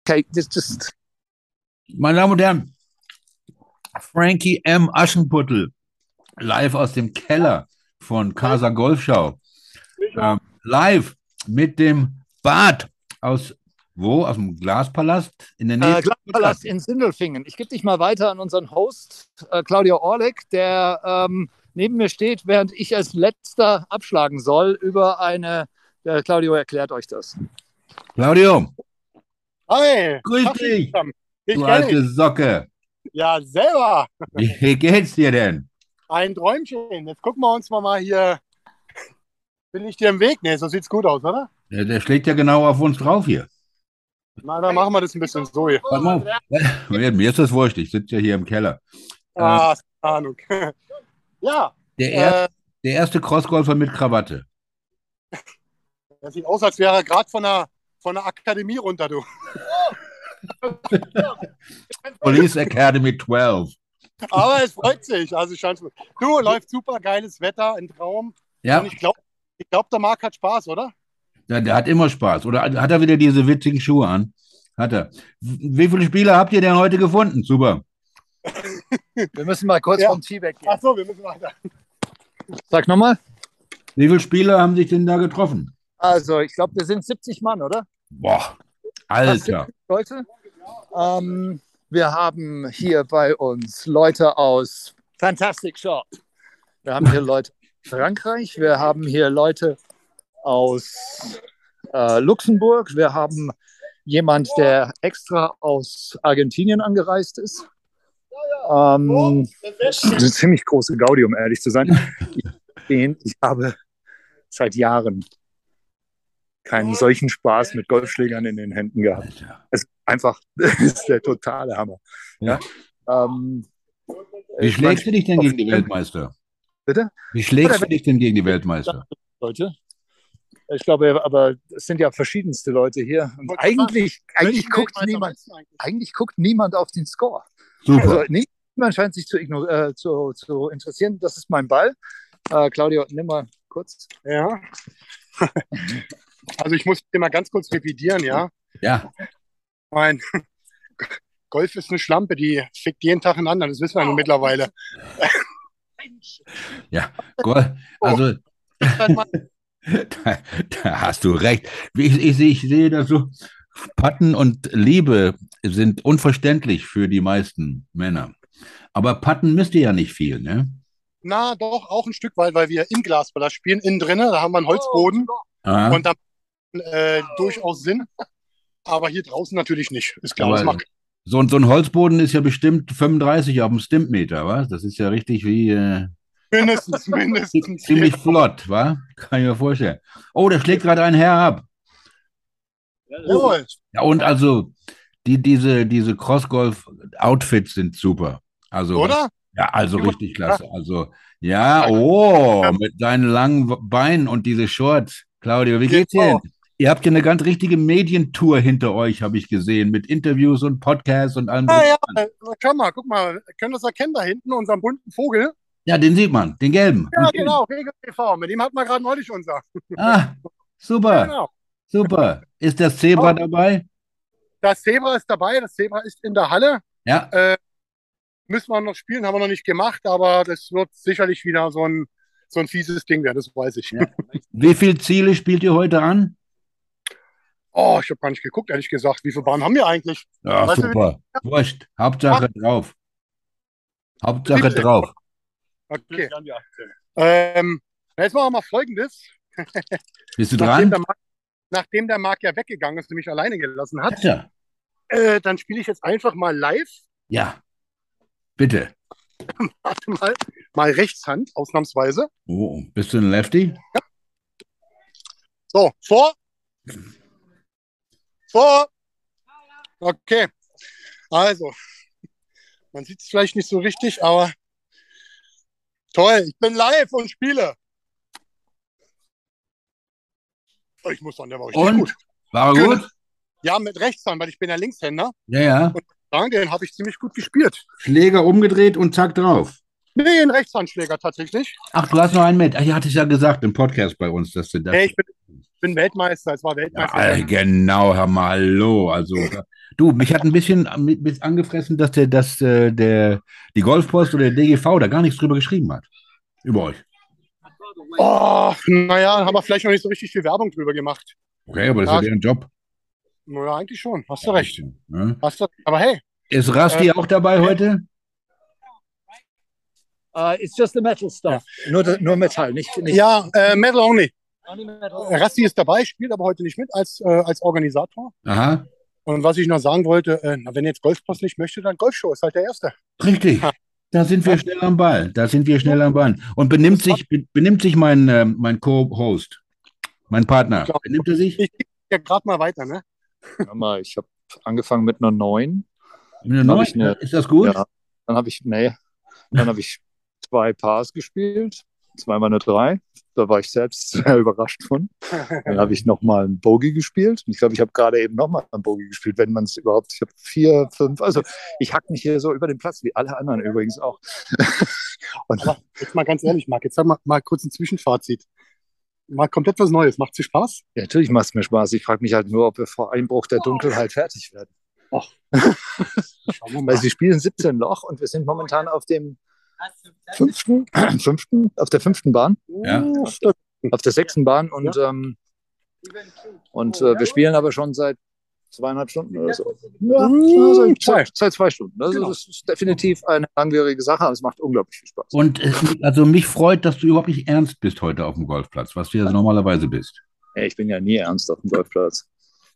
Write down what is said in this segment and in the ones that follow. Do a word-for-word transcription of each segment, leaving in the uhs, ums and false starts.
Okay, das just. Meine Damen und Herren, Frankie M. Aschenputtel, live aus dem Keller von Casa Golfschau. Ähm, live mit dem Bart aus, wo? Aus dem Glaspalast in der Nähe. Äh, Glaspalast in Sindelfingen. Ich gebe dich mal weiter an unseren Host, äh, Claudio Orlik, der ähm, neben mir steht, während ich als letzter abschlagen soll über eine. Der Claudio erklärt euch das. Claudio, Hi, grüß Tag, dich, zusammen. Ich du kenn alte dich. Socke. Ja, selber. Wie, wie geht's dir denn? Ein Träumchen. Jetzt gucken wir uns mal, mal hier. Bin ich dir im Weg? Nee, so sieht's gut aus, oder? Der, der schlägt ja genau auf uns drauf hier. Na, dann machen wir das ein bisschen so hier. Pass mal auf. Mir ist das wurscht, ich sitze ja hier im Keller. Äh, Ah, keine Ahnung. Ja, der, äh, erste, der erste Crossgolfer mit Krawatte. das sieht aus, als wäre er gerade von der, von der Akademie runter, du. Police Academy zwölf. Aber es freut sich. Also, scheint du, läuft super, geiles Wetter, ein Traum. Ja. Und ich glaube, ich glaub, der Marc hat Spaß, oder? Ja, der hat immer Spaß. Oder hat er wieder diese witzigen Schuhe an? Hat er. Wie viele Spieler habt ihr denn heute gefunden? Super. Wir müssen mal kurz Ja. vom Tee weggehen. Ach so, wir müssen weiter. Sag nochmal. Wie viele Spieler haben sich denn da getroffen? Also, ich glaube, wir sind siebzig Mann, oder? Boah, Fast Alter. siebzig Leute. Ähm, wir haben hier bei uns Leute aus Fantastic Shop. Wir haben hier Leute aus Frankreich. Wir haben hier Leute aus äh, Luxemburg. Wir haben jemand, der extra aus Argentinien angereist ist. Ähm, das ist eine ziemlich große Gaudi, um ehrlich zu sein. Ich, ich habe seit Jahren keinen solchen Spaß mit Golfschlägern in den Händen gehabt. Alter. Es ist einfach, das ist der totale Hammer. Ja. Ähm, Wie ich schlägst du dich denn auf- gegen die Weltmeister? Bitte? Wie schlägst du dich denn gegen die Weltmeister? Leute. Ich glaube, aber es sind ja verschiedenste Leute hier. Und Wollte eigentlich, eigentlich, Welchen guckt Weltmeister niemand, meinst du eigentlich? eigentlich guckt niemand auf den Score. Super. Also niemand scheint sich zu, ignor- äh, zu, zu interessieren. Das ist mein Ball. Äh, Claudio, nimm mal kurz. Ja. Also ich muss dir mal ganz kurz revidieren, ja. Ja, Mein Golf ist eine Schlampe, die fickt jeden Tag einen anderen, das wissen wir nun mittlerweile. ja. Gott, also, da, da hast du recht. Ich, ich, ich sehe das so. Patten und Liebe sind unverständlich für die meisten Männer. Aber Patten müsst ihr ja nicht viel, ne? Na, doch, auch ein Stück weit, weil wir im Glasball spielen, innen drinnen, da haben wir einen Holzboden Aha. und da äh, durchaus Sinn. Aber hier draußen natürlich nicht, ist klar. Das Aber macht, so, ein- so ein Holzboden ist ja bestimmt fünfunddreißig auf dem Stimpmeter, was? Das ist ja richtig wie äh, mindestens, mindestens. ziemlich flott, wa? Kann ich mir vorstellen. Oh, da schlägt gerade ein Herr ab. Jawohl. Ja, und also die, diese, diese Crossgolf-Outfits sind super. Also, Oder? ja, also richtig klasse. Also, ja, oh, mit seinen langen Beinen und diese Shorts. Claudio, wie geht's dir Genau. denn? Ihr habt ja eine ganz richtige Medientour hinter euch, habe ich gesehen, mit Interviews und Podcasts und allem. Ja, drum ja, und dran. äh, schau mal, guck mal, können das erkennen da hinten, unseren bunten Vogel? Ja, den sieht man, den gelben. Ja, Und den- genau, Regel T V, mit dem hatten wir gerade neulich unser. Ah, super, Genau. super. Ist das Zebra dabei? Das Zebra ist dabei, das Zebra ist in der Halle. Ja, Äh, müssen wir noch spielen, haben wir noch nicht gemacht, aber das wird sicherlich wieder so ein, so ein fieses Ding werden, das weiß ich. Ja. Wie viele Ziele spielt ihr heute an? Oh, ich habe gar nicht geguckt, ehrlich gesagt. Wie viele Bahnen haben wir eigentlich? Ja, Weißt du, super. Wurscht. Hauptsache drauf. Hauptsache siebzehn. drauf. Okay. Ähm, jetzt machen wir mal Folgendes. Bist du Nachdem dran? der, Marc, nachdem der Marc ja weggegangen ist und mich alleine gelassen hat, Ja. äh, dann spiele ich jetzt einfach mal live. Ja. Bitte. Warte mal, mal Rechtshand, ausnahmsweise. Oh, bist du ein Lefty? So, vor. Vor. Okay. Also, man sieht es vielleicht nicht so richtig, aber toll, ich bin live und spiele. Oh, ich muss sagen, der war richtig Und? gut. War er gut? Ja, mit Rechtshand, weil ich bin ja Linkshänder. Ja, ja. Ja, den habe ich ziemlich gut gespielt. Schläger umgedreht und zack drauf. Nee, ein Rechtshandschläger tatsächlich. Ach, du hast noch einen mit. Ach, ja, hatte ich ja gesagt im Podcast bei uns, dass du das. Hey, ich bin, bin Weltmeister, es war Weltmeister. Ja, genau, Herr mal, hallo. Also, du, mich hat ein bisschen mit, mit angefressen, dass der, dass äh, der, die Golfpost oder der D G V da gar nichts drüber geschrieben hat. Über euch. Oh, naja, haben wir vielleicht noch nicht so richtig viel Werbung drüber gemacht. Okay, aber das Ja, ist ja deren Job. naja, eigentlich schon. Hast du recht. Ne? Hast du, aber hey. Ist Rasti Äh, auch dabei heute? Uh, it's just the metal stuff. Ja. Nur, nur Metall, nicht, nicht Ja, äh, Metal only. only metal. Rasti ist dabei, spielt aber heute nicht mit als, äh, als Organisator. Aha. Und was ich noch sagen wollte, äh, na, wenn jetzt Golfpost nicht möchte, dann Golfshow ist halt der Erste. Richtig. Da sind wir schnell am Ball. Da sind wir schnell am Ball. Und benimmt sich, benimmt sich mein, äh, mein Co-Host, mein Partner. Ich glaub, benimmt er sich? Ich gehe ja gerade mal weiter, ne? Mal, ich habe angefangen mit einer neun. Mit einer neun? Eine, ist das gut? Ja, dann habe ich, nee, dann habe ich zwei Pars gespielt, zweimal eine drei. Da war ich selbst sehr überrascht von. Dann habe ich nochmal ein Bogey gespielt. Und ich glaube, ich habe gerade eben nochmal ein Bogey gespielt, wenn man es überhaupt, ich habe vier, fünf, also ich hack mich hier so über den Platz, wie alle anderen übrigens auch. Und aber jetzt mal ganz ehrlich, Marc, jetzt sag mal, mal kurz ein Zwischenfazit. Mal komplett was Neues. Macht es dir Spaß? Ja, natürlich macht es mir Spaß. Ich frage mich halt nur, ob wir vor Einbruch der Dunkelheit fertig werden. Ach. Weil sie spielen siebzehn Loch und wir sind momentan auf dem fünften, fünften, auf der fünften Bahn. Ja. Auf der sechsten Bahn und, ja. ähm, und äh, wir spielen aber schon seit zweieinhalb Stunden oder so. Ja, also seit, seit zwei Stunden. Also genau. Das ist definitiv eine langwierige Sache, aber es macht unglaublich viel Spaß. Und äh, also mich freut, dass du überhaupt nicht ernst bist heute auf dem Golfplatz, was du ja normalerweise bist. Hey, ich bin ja nie ernst auf dem Golfplatz.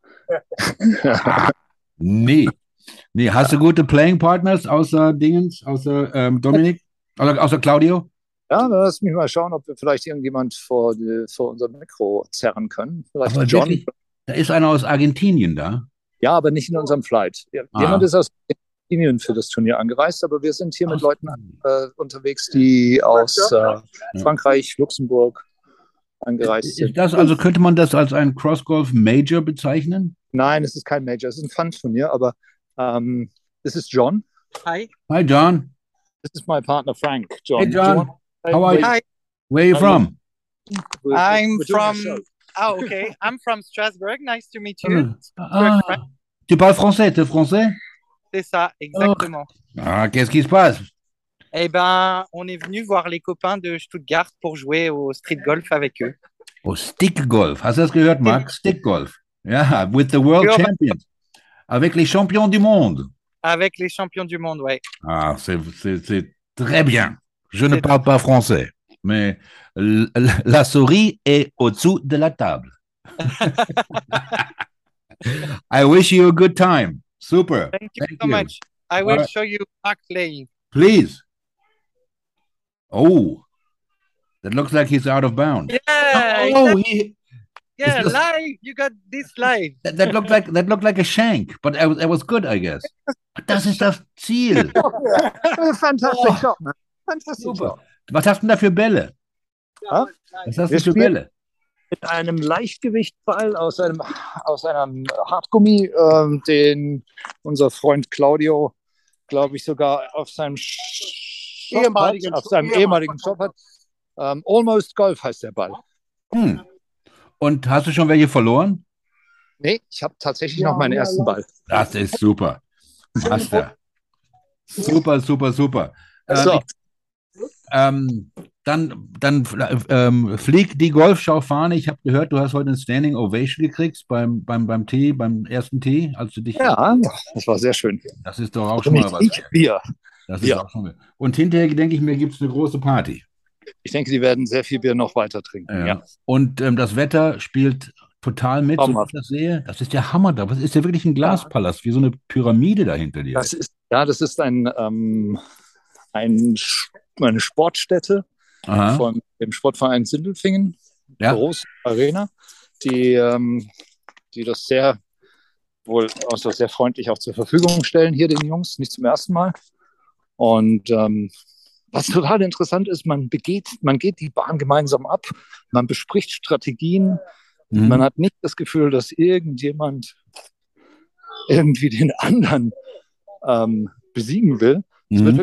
Nee. Nee, hast du gute Playing Partners außer Dingens, außer ähm, Dominik? Außer, außer Claudio? Ja, dann lass mich mal schauen, ob wir vielleicht irgendjemand vor, die, vor unser Mikro zerren können. Vielleicht aber John. Wirklich, da ist einer aus Argentinien da. Ja, aber nicht in unserem Flight. Ah. Jemand ist aus Argentinien für das Turnier angereist, aber wir sind hier Ach. mit Leuten äh, unterwegs, die aus äh, Frankreich, Luxemburg angereist sind. Ist das, also könnte man das als ein Cross-Golf Major bezeichnen? Nein, es ist kein Major, es ist ein Fun-Turnier, aber ähm, this is John. Hi. Hi, John. This is my partner, Frank. John. Hey, John. How are you? Hi. Where are you from? We're, I'm we're from... Oh, okay. I'm from Strasbourg. Nice to meet you. Ah, ah. Tu parles français? T'es français? C'est ça, exactement. Oh. Ah, qu'est-ce qui se passe? Eh ben, on est venu voir les copains de Stuttgart pour jouer au street golf avec eux. Au stick golf. Hast du das gehört, Marc? Stick golf. Ja, yeah, with the world champions. Avec les champions du monde. Avec les champions du monde, ouais. Ah, c'est, c'est, c'est très bien. Je ne parle pas français, mais la souris est au-dessous de la table. I wish you a good time. Super. Thank you Thank so you. much. I will right. show you Mark playing. Please. Oh, that looks like he's out of bounds. Yeah. Oh, he, yeah, this, live. You got this live. That, that looked like that looked like a shank, but it was, it was good, I guess. Das ist das Ziel. Fantastic oh. shot, man. Fantastic Super. Shot. Was hast du denn da für Bälle? Ja? Was hast du für Bälle? Mit einem Leichtgewichtball aus einem, aus einem Hartgummi, ähm, den unser Freund Claudio, glaube ich, sogar auf seinem Shop ehemaligen, hat, auf seinem ehemaligen Shop hat. Ähm, Almost Golf heißt der Ball. Hm. Und hast du schon welche verloren? Nee, ich habe tatsächlich ja, noch meinen ja, ersten ja. Ball. Das ist super. Master. Super, super, super. So. Ähm, ähm, dann dann ähm, fliegt die Golfschau-Fahne. Ich habe gehört, du hast heute ein Standing Ovation gekriegt beim, beim, beim Tee, beim ersten Tee, als du dich. Ja, das war sehr schön. Das ist doch auch schon mal was. Ich, wir. Das ist ja. auch schon. Und hinterher, denke ich mir, gibt es eine große Party. Ich denke, die werden sehr viel Bier noch weiter trinken. Ja. Ja. Und ähm, das Wetter spielt total mit, so wie ich das sehe. Das ist der Hammer da. Das ist ja wirklich ein Glaspalast, wie so eine Pyramide da hinter dir. Das ist, ja, das ist ein, ähm, ein, eine Sportstätte Aha. von dem Sportverein Sindelfingen, ja. große Arena, die, ähm, die das sehr wohl auch so sehr freundlich auch zur Verfügung stellen hier den Jungs, nicht zum ersten Mal. Und ähm, was total interessant ist, man begeht, man geht die Bahn gemeinsam ab, man bespricht Strategien, mhm. man hat nicht das Gefühl, dass irgendjemand irgendwie den anderen ähm, besiegen will. Mhm. Es wird wirklich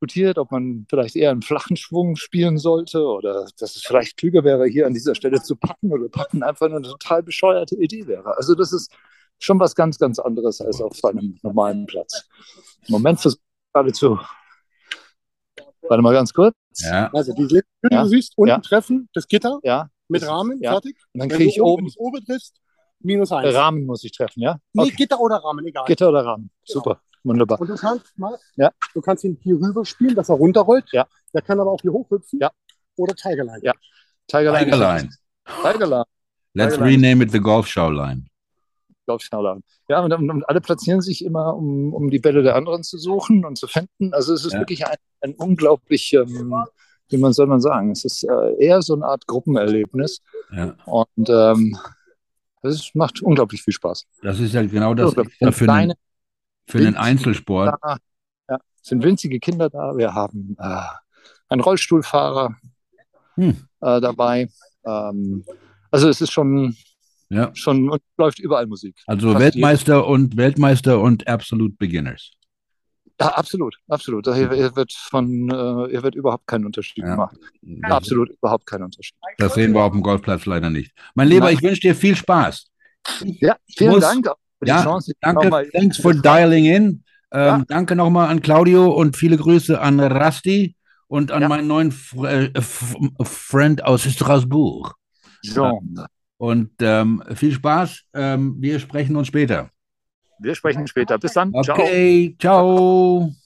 diskutiert, ob man vielleicht eher einen flachen Schwung spielen sollte oder dass es vielleicht klüger wäre, hier an dieser Stelle zu patten oder patten einfach nur eine total bescheuerte Idee wäre. Also das ist schon was ganz, ganz anderes als auf einem normalen Platz. Im Moment versuche ich gerade zu... Warte mal ganz kurz. Ja. Also die Linie, die Ja. du siehst, unten Ja. treffen, das Gitter Ja, mit Rahmen, ja. fertig. Und dann Wenn kriege du ich oben, oben, wenn du das oben triffst, minus eins. Rahmen muss ich treffen, ja? Nee, Okay. Gitter oder Rahmen, egal. Gitter oder Rahmen. Super, wunderbar. Und du kannst mal, Ja. du kannst ihn hier rüber spielen, dass er runterrollt. Ja. Der kann aber auch hier hochhüpfen. Ja. Oder Tigerline. Ja. Tigerline. Tigerline. Tigerline. Let's Tigerline. rename it the Golf Show Line. Glaub ich, schneller. Ja, und, und, und alle platzieren sich immer, um, um die Bälle der anderen zu suchen und zu finden. Also es ist Ja. wirklich ein, ein unglaublich, ähm, wie man soll man sagen, es ist äh, eher so eine Art Gruppenerlebnis. Ja. Und ähm, es macht unglaublich viel Spaß. Das ist ja genau das Und extra für kleine einen, für einen Einzelsport. da, ja, es sind winzige Kinder da. Wir haben äh, einen Rollstuhlfahrer Hm. äh, dabei. Ähm, also es ist schon, Ja. schon und läuft überall Musik. Also Fast Weltmeister und Weltmeister und Absolute Beginners. Ja, absolut, absolut. Hier, hier wird von, äh, hier wird überhaupt kein Unterschied Ja. gemacht. Das, Absolut überhaupt kein Unterschied. das sehen wir auf dem Golfplatz leider nicht. Mein Lieber, Nein. ich wünsche dir viel Spaß. Ja, vielen Muss- Dank für die Ja, Chance. Danke, nochmal- thanks for dialing in. Ähm, Ja. Danke nochmal an Claudio und viele Grüße an Rasti und an Ja. meinen neuen Fr äh, F Friend aus Straßburg. Jean. Und ähm, viel Spaß. Ähm, wir sprechen uns später. Wir sprechen später. Bis dann. Ciao. Okay, ciao.